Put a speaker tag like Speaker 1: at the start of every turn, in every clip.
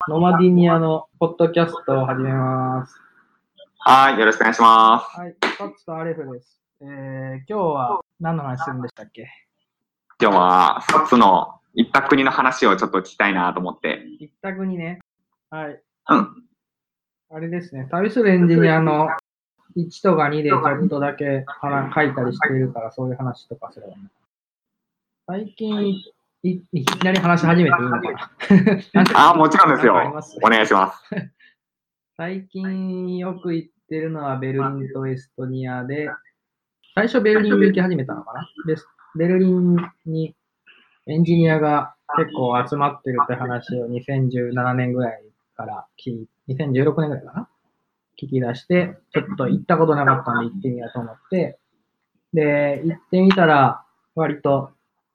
Speaker 1: ノマディニアのポッドキャストを始めます。
Speaker 2: はい、よろしくお願いします。
Speaker 1: はい、パッツとアレフです。今日は何の話するんでしたっけ？
Speaker 2: 今日は、サツの行った国の話をちょっと聞きたいなと思って。
Speaker 1: 行った国ね。はい。
Speaker 2: うん。
Speaker 1: あれですね、旅するエンジニアの1とか2でちょっとだけ書いたりしているから、そういう話とかすればね。最近いきなり話し始めていいのかな
Speaker 2: もちろんですよ。お願いします。
Speaker 1: 最近よく行ってるのはベルリンとエストニアで、最初ベルリンに行き始めたのかな。ベルリンにエンジニアが結構集まってるって話を2017年ぐらいから2016年ぐらいかな聞き出して、ちょっと行ったことなかったんで行ってみようと思って、で、行ってみたら割と、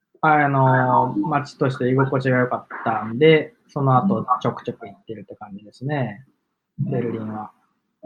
Speaker 1: 街として居心地が良かったんで、その後ちょくちょく行ってるって感じですね。ベルリンは。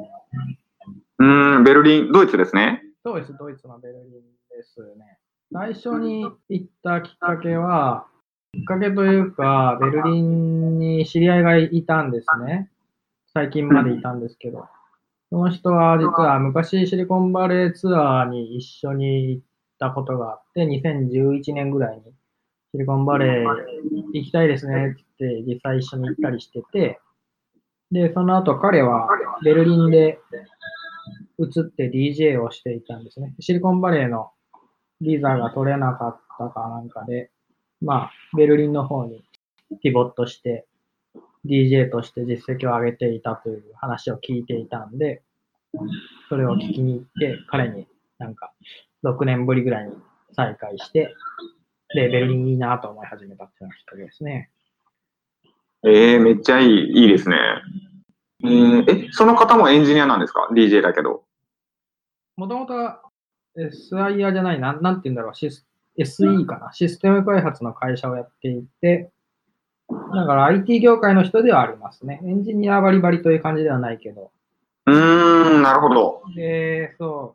Speaker 2: ベルリン、ドイツですね。
Speaker 1: そうです、ドイツのベルリンですね。最初に行ったきっかけは、きっかけというか、ベルリンに知り合いがいたんですね。最近までいたんですけど。その人は実は昔シリコンバレーツアーに一緒に行ったことがあって、2011年ぐらいにシリコンバレー行きたいですねって実際一緒に行ったりしてて、で、その後彼はベルリンで移って DJ をしていたんですね。シリコンバレーのビザが取れなかったかなんかで、ベルリンの方にピボットして、DJ として実績を上げていたという話を聞いていたんで、それを聞きに行って、彼に6年ぶりぐらいに再会して、で、ベルリンいいなと思い始めたっていうのがきっかけですね。
Speaker 2: めっちゃいいですね。その方もエンジニアなんですか？ DJ だけど。
Speaker 1: もともとは SIR じゃない、なんて言うんだろう、SE かな、システム開発の会社をやっていて、だから IT 業界の人ではありますね。エンジニアバリバリという感じではないけど。
Speaker 2: なるほど。
Speaker 1: で、そう、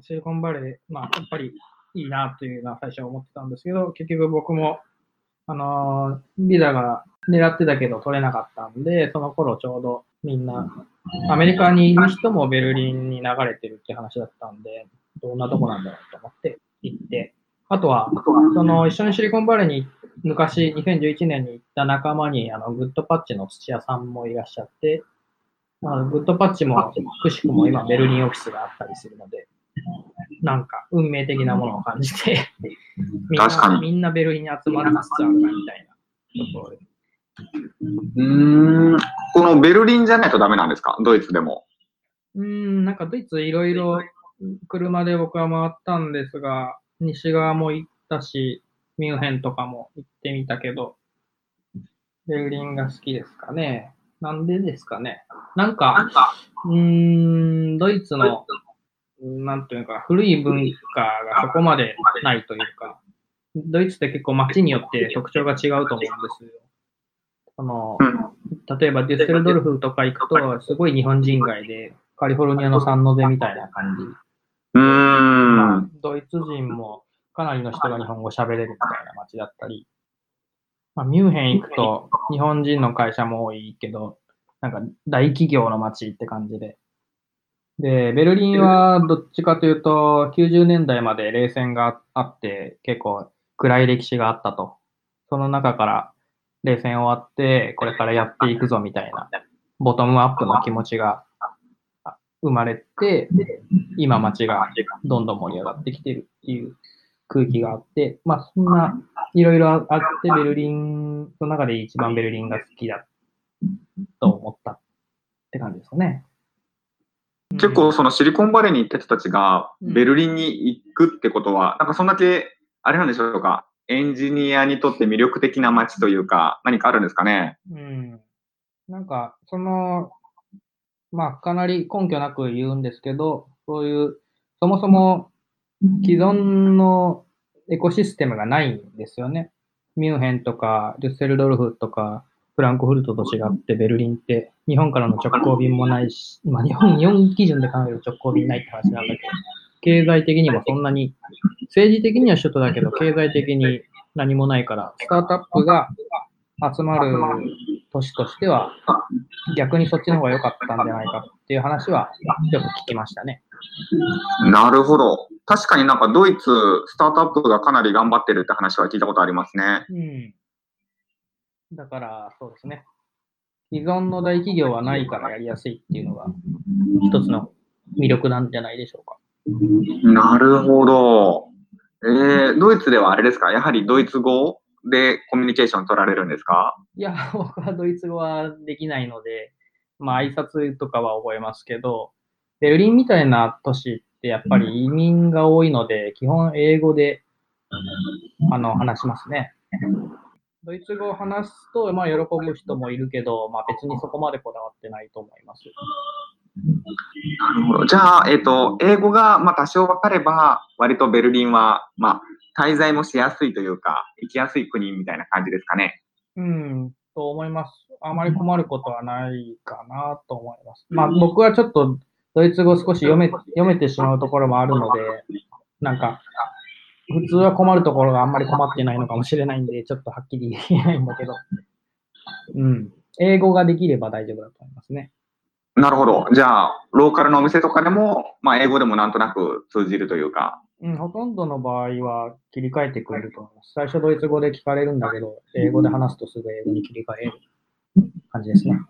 Speaker 1: シリコンバレー、やっぱりいいなというのは最初思ってたんですけど、結局僕も、ビザが狙ってたけど取れなかったんで、その頃ちょうどみんな、アメリカにいる人もベルリンに流れてるって話だったんで、どんなとこなんだろうと思って行って、あとは、一緒にシリコンバレーに昔2011年に行った仲間にグッドパッチの土屋さんもいらっしゃって、グッドパッチもくしくも今ベルリンオフィスがあったりするので、運命的なものを感じてみんなベルリンに集まりつつあるなみたいなところで。
Speaker 2: このベルリンじゃないとダメなんですか？ドイツでも。
Speaker 1: ドイツいろいろ車で僕は回ったんですが、西側も行ったし、ミュンヘンとかも行ってみたけど、ベルリンが好きですかね。なんでですかね。ドイツの、なんていうか、古い文化がそこまでないというか、ドイツって結構街によって特徴が違うと思うんですよ。例えばデュッセルドルフとか行くと、すごい日本人街で、カリフォルニアのサンノゼみたいな感じ。ドイツ人もかなりの人が日本語喋れるみたいな街だったり、ミュンヘン行くと日本人の会社も多いけど、大企業の街って感じで。で、ベルリンはどっちかというと、90年代まで冷戦があって、結構暗い歴史があったと。その中から冷戦終わって、これからやっていくぞみたいな、ボトムアップの気持ちが生まれて、今街がどんどん盛り上がってきてるっていう空気があって、そんないろいろあって、ベルリン、その中で一番ベルリンが好きだと思ったって感じですかね。
Speaker 2: 結構そのシリコンバレーに行った人たちがベルリンに行くってことは、そんだけあれなんでしょうか、エンジニアにとって魅力的な街というか何かあるんですかね。
Speaker 1: かなり根拠なく言うんですけど、そういう、そもそも既存のエコシステムがないんですよね。ミュンヘンとか、デュッセルドルフとか、フランクフルトと違ってベルリンって日本からの直行便もないし、日本基準で考える直行便ないって話なんだけど、経済的にもそんなに、政治的には首都だけど、経済的に何もないから、スタートアップが集まる都市としては、逆にそっちの方が良かったんじゃないかっていう話はよく聞きましたね。
Speaker 2: なるほど。確かになんかドイツ、スタートアップがかなり頑張ってるって話は聞いたことありますね。
Speaker 1: だから、そうですね。既存の大企業はないからやりやすいっていうのが一つの魅力なんじゃないでしょうか。
Speaker 2: なるほど。ドイツではあれですか？やはりドイツ語でコミュニケーション取られるんですか？
Speaker 1: いや、僕はドイツ語はできないので、挨拶とかは覚えますけど、ベルリンみたいな都市ってやっぱり移民が多いので、基本英語で話しますね。ドイツ語を話すと、喜ぶ人もいるけど、別にそこまでこだわってないと思います。
Speaker 2: なるほど。じゃあ、英語が多少分かれば、割とベルリンは、滞在もしやすいというか、行きやすい国みたいな感じですかね。
Speaker 1: と思います。あまり困ることはないかなと思います。僕はちょっとドイツ語少し読めてしまうところもあるので、普通は困るところがあんまり困ってないのかもしれないんで、ちょっとはっきり言えないんだけど、英語ができれば大丈夫だと思いますね。
Speaker 2: なるほど。じゃあ、ローカルのお店とかでも、英語でもなんとなく通じるというか。
Speaker 1: ほとんどの場合は切り替えてくれると思います。最初ドイツ語で聞かれるんだけど、英語で話すとすぐ英語に切り替える感じですね。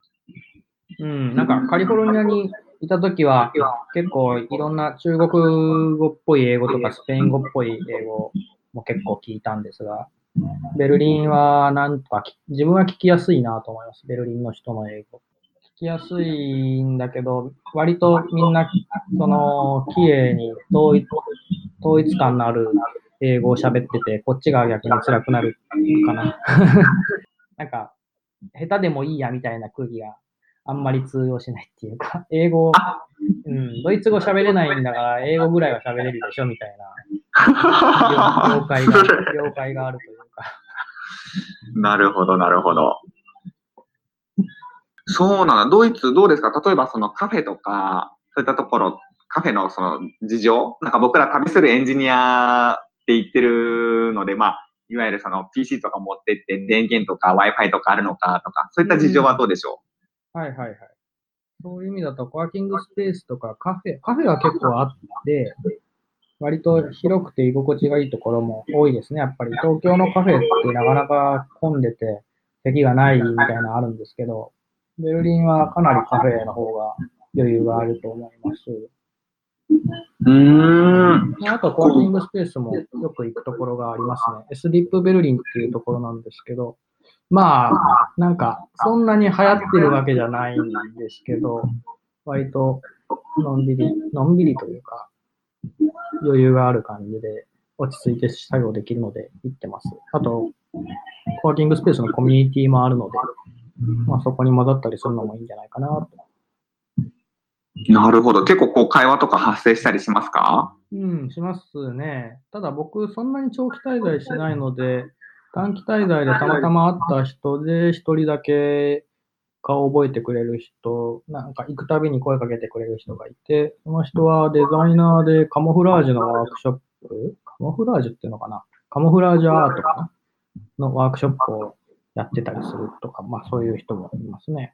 Speaker 1: カリフォルニアにいたときは、結構いろんな中国語っぽい英語とかスペイン語っぽい英語も結構聞いたんですが、ベルリンはなんとか自分は聞きやすいなと思います。ベルリンの人の英語。聞きやすいんだけど、割とみんな、綺麗に統一感のある英語を喋ってて、こっちが逆に辛くなるかな。下手でもいいやみたいな空気があんまり通用しないっていうか、英語、ドイツ語喋れないんだから、英語ぐらいは喋れるでしょみたいな了解があるというか。
Speaker 2: なるほど、なるほど。そうなんだ。ドイツどうですか？例えばそのカフェとか、そういったところ、カフェのその事情、僕ら旅するエンジニアって言ってるので、いわゆるその PC とか持ってって電源とか Wi-Fi とかあるのかとか、そういった事情はどうでしょ
Speaker 1: う？はいはいはい。そういう意味だと、コワーキングスペースとかカフェは結構あって、割と広くて居心地がいいところも多いですね。やっぱり東京のカフェってなかなか混んでて席がないみたいなのあるんですけど、ベルリンはかなりカフェの方が余裕があると思います。あと、コワーキングスペースもよく行くところがありますね。エスディップベルリンっていうところなんですけど、そんなに流行ってるわけじゃないんですけど、割とのんびりというか、余裕がある感じで、落ち着いて作業できるので行ってます。あと、コワーキングスペースのコミュニティもあるので、そこに混ざったりするのもいいんじゃないかなと。
Speaker 2: なるほど。結構会話とか発生したりしますか？
Speaker 1: しますね。ただ僕、そんなに長期滞在しないので、短期滞在でたまたま会った人で一人だけ顔を覚えてくれる人、行くたびに声かけてくれる人がいて、その人はデザイナーでカモフラージュのワークショップ、カモフラージュっていうのかな、カモフラージュアートかなのワークショップをやってたりするとか、そういう人もいますね。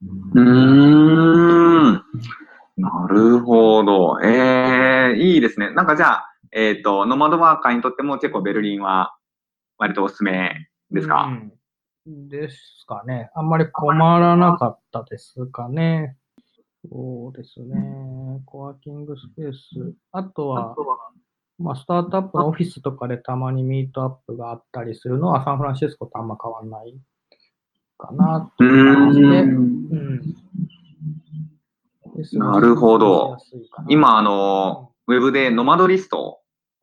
Speaker 2: なるほど。いいですね。じゃあ、ノマドワーカーにとっても結構ベルリンは割とおすすめですか？
Speaker 1: ですかね。あんまり困らなかったですかね。そうですね。コワーキングスペース。あとは、スタートアップのオフィスとかでたまにミートアップがあったりするのはサンフランシスコとあんま変わんないかなという感じで。
Speaker 2: なるほど。今、ウェブでノマドリスト。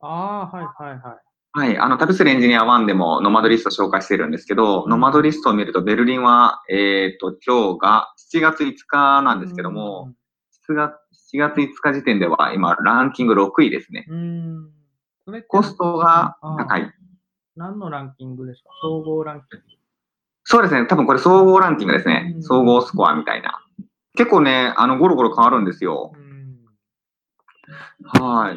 Speaker 2: はい。旅するエンジニア1でもノマドリスト紹介してるんですけど、ノマドリストを見ると、ベルリンは、今日が7月5日なんですけども、7月5日時点では今、ランキング6位ですね。コストが高い。
Speaker 1: 何のランキングですか？総合ランキング？
Speaker 2: そうですね。多分これ総合ランキングですね。総合スコアみたいな。結構ね、ゴロゴロ変わるんですよ。はい。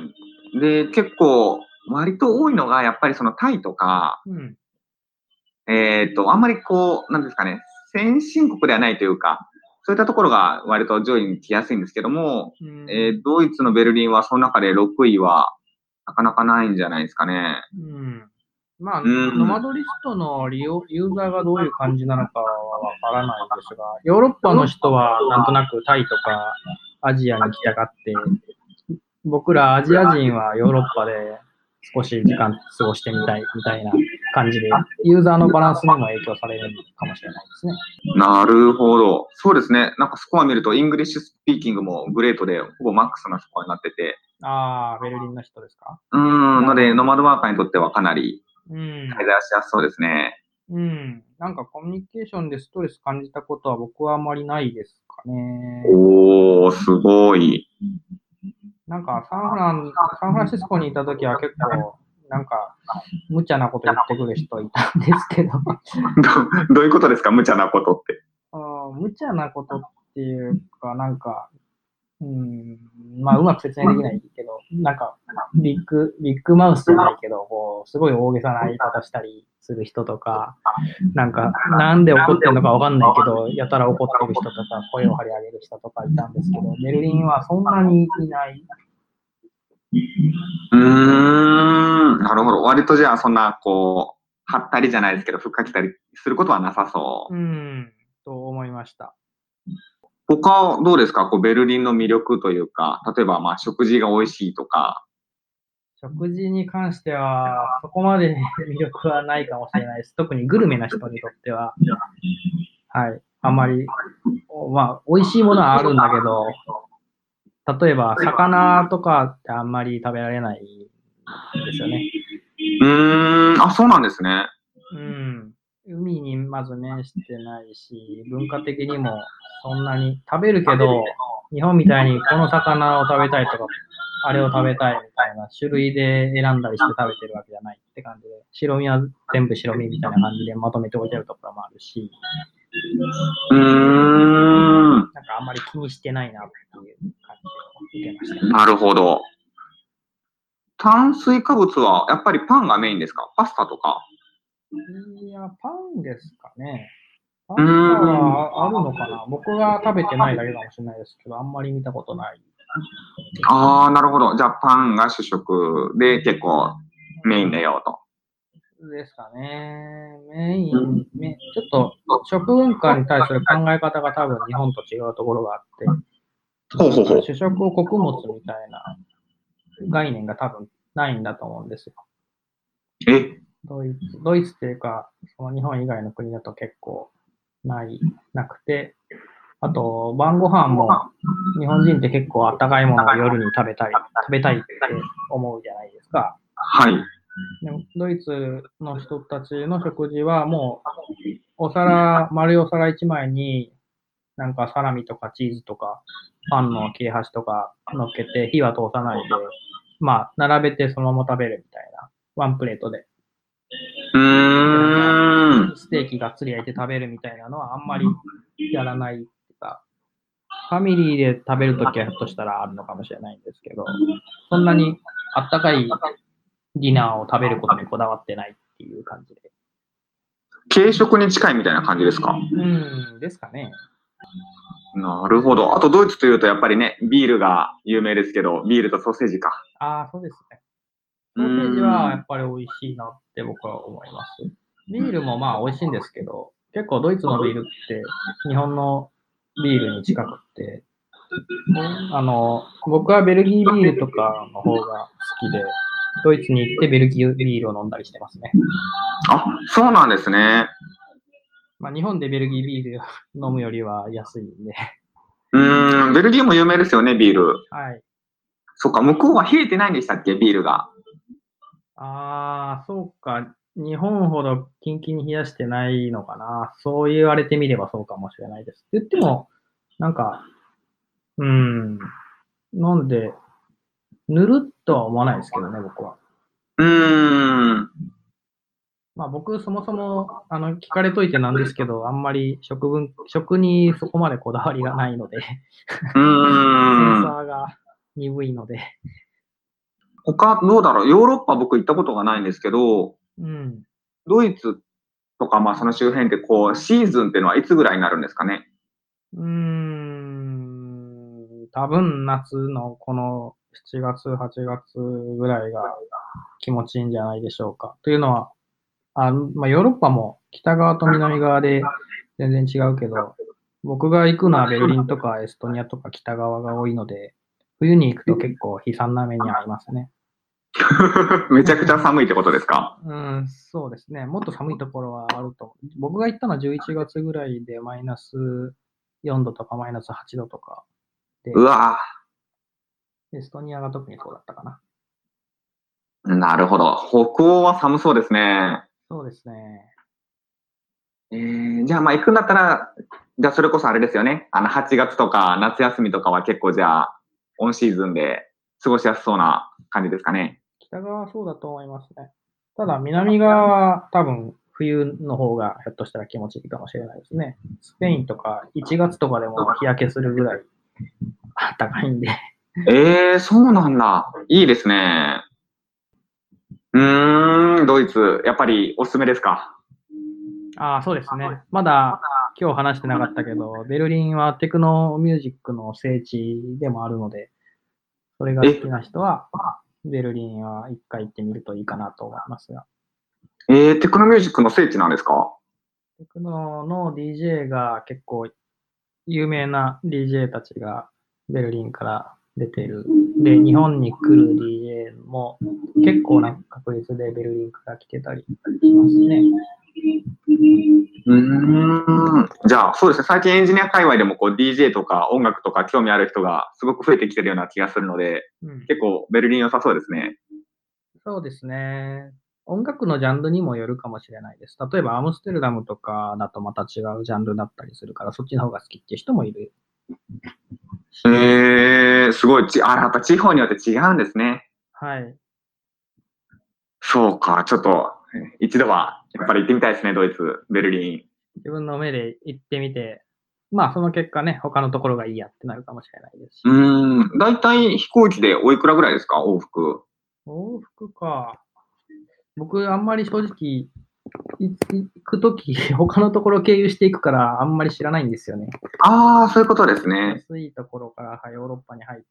Speaker 2: で、結構、割と多いのが、やっぱりそのタイとか、あんまりなんですかね、 先進国ではないというか、そういったところが割と上位に来やすいんですけども、ドイツのベルリンはその中で6位はなかなかないんじゃないですかね。
Speaker 1: まあ、ノマドリストのユーザーがどういう感じなのかはわからないですが、ヨーロッパの人はなんとなくタイとかアジアに来たがって、僕らアジア人はヨーロッパで少し時間過ごしてみたいみたいな感じで、ユーザーのバランスにも影響されるかもしれないですね。
Speaker 2: なるほど。そうですね。なんかスコア見ると、イングリッシュスピーキングもグレートで、ほぼマックスなスコアになってて。
Speaker 1: ベルリンの人ですか？
Speaker 2: ので、ノマドワーカーにとってはかなり滞在しやすそうですね。
Speaker 1: なんかコミュニケーションでストレス感じたことは僕はあまりないですかね。
Speaker 2: すごい。
Speaker 1: なんかサンフランシスコにいたときは結構、なんか、無茶なこと言ってくる人いたんですけど。
Speaker 2: どういうことですか、無茶なことって。
Speaker 1: 無茶なことっていうか、なんか、まあ、うまく説明できないけど、なんか、ビッグマウスじゃないけど、こう、すごい大げさな言い方したりする人とか、なんか、なんで怒ってるのかわかんないけど、やたら怒ってる人とか、声を張り上げる人とかいたんですけど、ベルリンはそんなにいない。
Speaker 2: なるほど。割とじゃあ、そんな、こう、張ったりじゃないですけど、ふっかけたりすることはなさそう。
Speaker 1: と思いました。
Speaker 2: 他、どうですか、こう、ベルリンの魅力というか、例えば、まあ、食事が美味しいとか。
Speaker 1: 食事に関しては、そこまで魅力はないかもしれないです。特にグルメな人にとっては、はい、あまり、まあ、美味しいものはあるんだけど、例えば、魚とかってあんまり食べられないんですよね。
Speaker 2: そうなんですね。
Speaker 1: 海にまず面してないし、文化的にもそんなに食べるけど、日本みたいにこの魚を食べたいとか、あれを食べたいみたいな種類で選んだりして食べてるわけじゃないって感じで、白身は全部白身みたいな感じでまとめておいてるところもあるし、なんかあんまり気にしてないなっていう感じを受けました。
Speaker 2: なるほど。炭水化物はやっぱりパンがメインですか？パスタとか？
Speaker 1: いや、パンですかね。パスタはあるのかな？僕が食べてないだけかもしれないですけど、あんまり見たことない。
Speaker 2: なるほど。じゃあパンが主食で結構メインだよと。
Speaker 1: ですかね。ちょっと食文化に対する考え方が多分日本と違うところがあって、主食を穀物みたいな概念が多分ないんだと思うんですよ。ドイツっていうか、その日本以外の国だと結構なくて、あと晩ご飯も日本人って結構あったかいものを夜に食べたいって思うじゃないですか。
Speaker 2: はい。
Speaker 1: でもドイツの人たちの食事はもう丸いお皿1枚になんかサラミとかチーズとかパンの切れ端とか乗っけて火は通さないで、まあ並べてそのまま食べるみたいな、ワンプレートで。ステーキがっつり焼いて食べるみたいなのはあんまりやらないっていうか、ファミリーで食べるときはひょっとしたらあるのかもしれないんですけど、そんなにあったかいディナーを食べることにこだわってないっていう感じで。
Speaker 2: 軽食に近いみたいな感じですか？
Speaker 1: ですかね。
Speaker 2: なるほど。あとドイツというとやっぱりね、ビールが有名ですけど、ビールとソーセージか。
Speaker 1: そうですね。ソーセージはやっぱり美味しいなって僕は思います。ビールもまあ美味しいんですけど、結構ドイツのビールって日本のビールに近くって、僕はベルギービールとかの方が好きで、ドイツに行ってベルギービールを飲んだりしてますね。
Speaker 2: そうなんですね。
Speaker 1: まあ日本でベルギービール飲むよりは安いんで。
Speaker 2: ベルギーも有名ですよね、ビール。
Speaker 1: はい。
Speaker 2: そっか、向こうは冷えてないんでしたっけ、ビールが。
Speaker 1: そうか。日本ほどキンキンに冷やしてないのかな。そう言われてみればそうかもしれないです。って言っても、なんか、なんで、ぬるっとは思わないですけどね、僕は。まあ僕、そもそも、聞かれといてなんですけど、あんまり食にそこまでこだわりがないので、センサーが鈍いので。
Speaker 2: 他、どうだろう、ヨーロッパ僕行ったことがないんですけど、ドイツとか、まあその周辺ってこう、シーズンっていうのはいつぐらいになるんですかね。
Speaker 1: 多分夏のこの7月、8月ぐらいが気持ちいいんじゃないでしょうか。というのは、まあ、ヨーロッパも北側と南側で全然違うけど、僕が行くのはベルリンとかエストニアとか北側が多いので、冬に行くと結構悲惨な目に遭いますね。
Speaker 2: めちゃくちゃ寒いってことですか？
Speaker 1: そうですね。もっと寒いところはあると。僕が行ったのは11月ぐらいでマイナス4度とかマイナス8度とかで、
Speaker 2: うわ
Speaker 1: エストニアが特にそうだったかな。
Speaker 2: ぁ、なるほど。北欧は寒そうですね。
Speaker 1: そうですね。
Speaker 2: じゃあまあ行くんだったら、じゃあそれこそあれですよね。8月とか夏休みとかは結構じゃあ、オンシーズンで過ごしやすそうな感じですかね。
Speaker 1: 北側はそうだと思いますね。ただ南側は多分冬の方がひょっとしたら気持ちいいかもしれないですね。スペインとか1月とかでも日焼けするぐらい暖かいんで。
Speaker 2: そうなんだ。いいですね。ドイツ、やっぱりおすすめですか？
Speaker 1: そうですね。まだ今日話してなかったけど、ベルリンはテクノミュージックの聖地でもあるので、それが好きな人は、ベルリンは一回行ってみるといいかなと思いますが。
Speaker 2: テクノミュージックの聖地なんですか？
Speaker 1: テクノの DJ が結構有名な DJ たちがベルリンから出てる。で、日本に来る DJ も結構な確率でベルリンから来てたりしますね。
Speaker 2: じゃあ、そうですね。最近エンジニア界隈でもこう DJ とか音楽とか興味ある人がすごく増えてきてるような気がするので、結構ベルリン良さそうですね。
Speaker 1: そうですね。音楽のジャンルにもよるかもしれないです。例えばアムステルダムとかだとまた違うジャンルだったりするから、そっちの方が好きっていう人もいる。
Speaker 2: すごい。やっぱ地方によって違うんですね。
Speaker 1: はい。
Speaker 2: そうか。ちょっと、一度はやっぱり行ってみたいですね、ドイツ、ベルリン。
Speaker 1: 自分の目で行ってみて、まあその結果ね、他のところがいいやってなるかもしれないですし。
Speaker 2: だいたい飛行機でおいくらぐらいですか、往復。
Speaker 1: 往復か。僕あんまり正直、行くとき、他のところ経由していくから、あんまり知らないんですよね。
Speaker 2: そういうことですね。
Speaker 1: 安いところから、ヨーロッパに入って、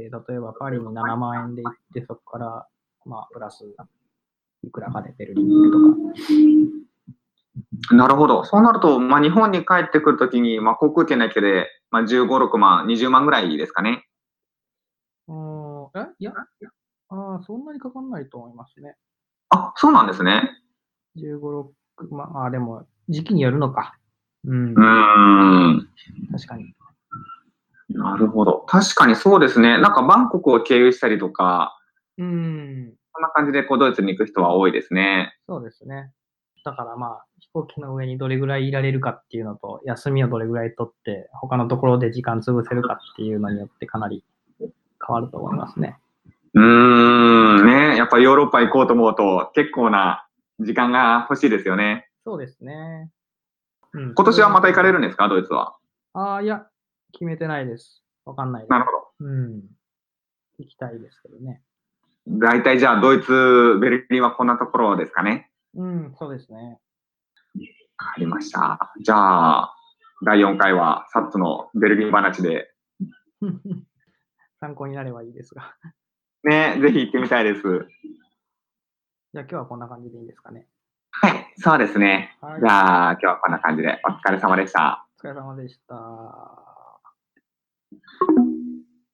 Speaker 1: 例えばパリに7万円で行って、そこから、まあ、プラス、いくらかでベルリンに行くとか。
Speaker 2: なるほど。そうなると、まあ、日本に帰ってくるときに、まあ、航空券だけで、まあ、15、6万、20万ぐらいですかね。
Speaker 1: いや、そんなにかかんないと思いますね。
Speaker 2: そうなんですね。
Speaker 1: 15、6万、でも、時期によるのか。確かに。
Speaker 2: なるほど。確かにそうですね。なんかバンコクを経由したりとか、そんな感じでこうドイツに行く人は多いですね。
Speaker 1: そうですね。だからまあ、飛行機の上にどれぐらいいられるかっていうのと、休みをどれぐらい取って、他のところで時間潰せるかっていうのによってかなり変わると思いますね。
Speaker 2: やっぱりヨーロッパ行こうと思うと結構な時間が欲しいですよね。
Speaker 1: そうですね。
Speaker 2: 今年はまた行かれるんですか、ドイツは。
Speaker 1: いや、決めてないです。わかんないです。
Speaker 2: なるほど。
Speaker 1: 行きたいですけどね。
Speaker 2: 大体じゃあドイツ、ベルリンはこんなところですかね。
Speaker 1: そうですね。
Speaker 2: わかりました。じゃあ、第4回はサッツのベルリン話で。
Speaker 1: 参考になればいいですが。
Speaker 2: ね、ぜひ行ってみたいです。
Speaker 1: じゃあ今日はこんな感じでいいですかね。
Speaker 2: はい、そうですね。
Speaker 1: はい、
Speaker 2: じゃあ今日はこんな感じでお疲れ様でした。
Speaker 1: お疲れ様でした。